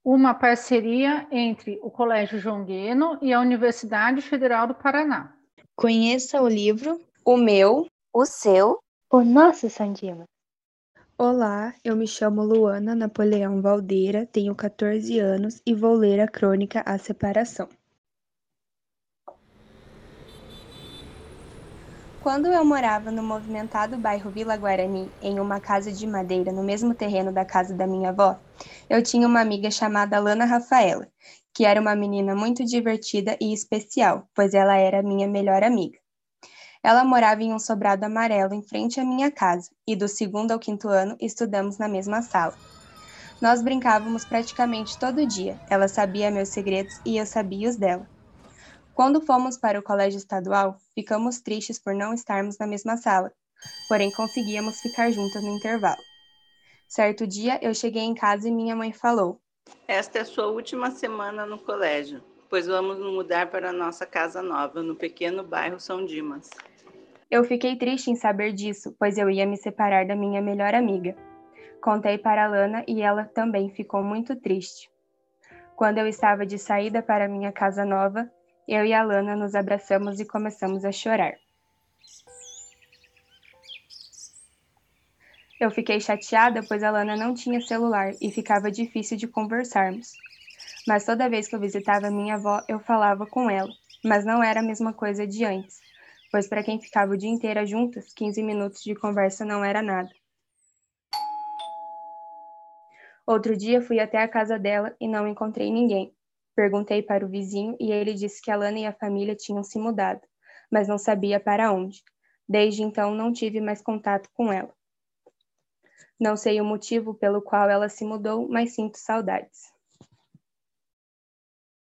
uma parceria entre o Colégio João Gueno e a Universidade Federal do Paraná. Conheça o livro O Meu, o Seu, o Nosso São Dimas. Olá, eu me chamo Luana Napoleão Valdeira, tenho 14 anos e vou ler a crônica A Separação. Quando eu morava no movimentado bairro Vila Guarani, em uma casa de madeira no mesmo terreno da casa da minha avó, eu tinha uma amiga chamada Lana Rafaela, que era uma menina muito divertida e especial, pois ela era minha melhor amiga. Ela morava em um sobrado amarelo em frente à minha casa, e do 2º ao 5º ano estudamos na mesma sala. Nós brincávamos praticamente todo dia, ela sabia meus segredos e eu sabia os dela. Quando fomos para o colégio estadual, ficamos tristes por não estarmos na mesma sala, porém conseguíamos ficar juntas no intervalo. Certo dia, eu cheguei em casa e minha mãe falou: Esta é a sua última semana no colégio, pois vamos nos mudar para a nossa casa nova, no pequeno bairro São Dimas. Eu fiquei triste em saber disso, pois eu ia me separar da minha melhor amiga. Contei para a Lana e ela também ficou muito triste. Quando eu estava de saída para minha casa nova, eu e a Lana nos abraçamos e começamos a chorar. Eu fiquei chateada, pois a Lana não tinha celular e ficava difícil de conversarmos. Mas toda vez que eu visitava minha avó, eu falava com ela, mas não era a mesma coisa de antes, pois para quem ficava o dia inteiro juntas, 15 minutos de conversa não era nada. Outro dia fui até a casa dela e não encontrei ninguém. Perguntei para o vizinho e ele disse que a Lana e a família tinham se mudado, mas não sabia para onde. Desde então não tive mais contato com ela. Não sei o motivo pelo qual ela se mudou, mas sinto saudades.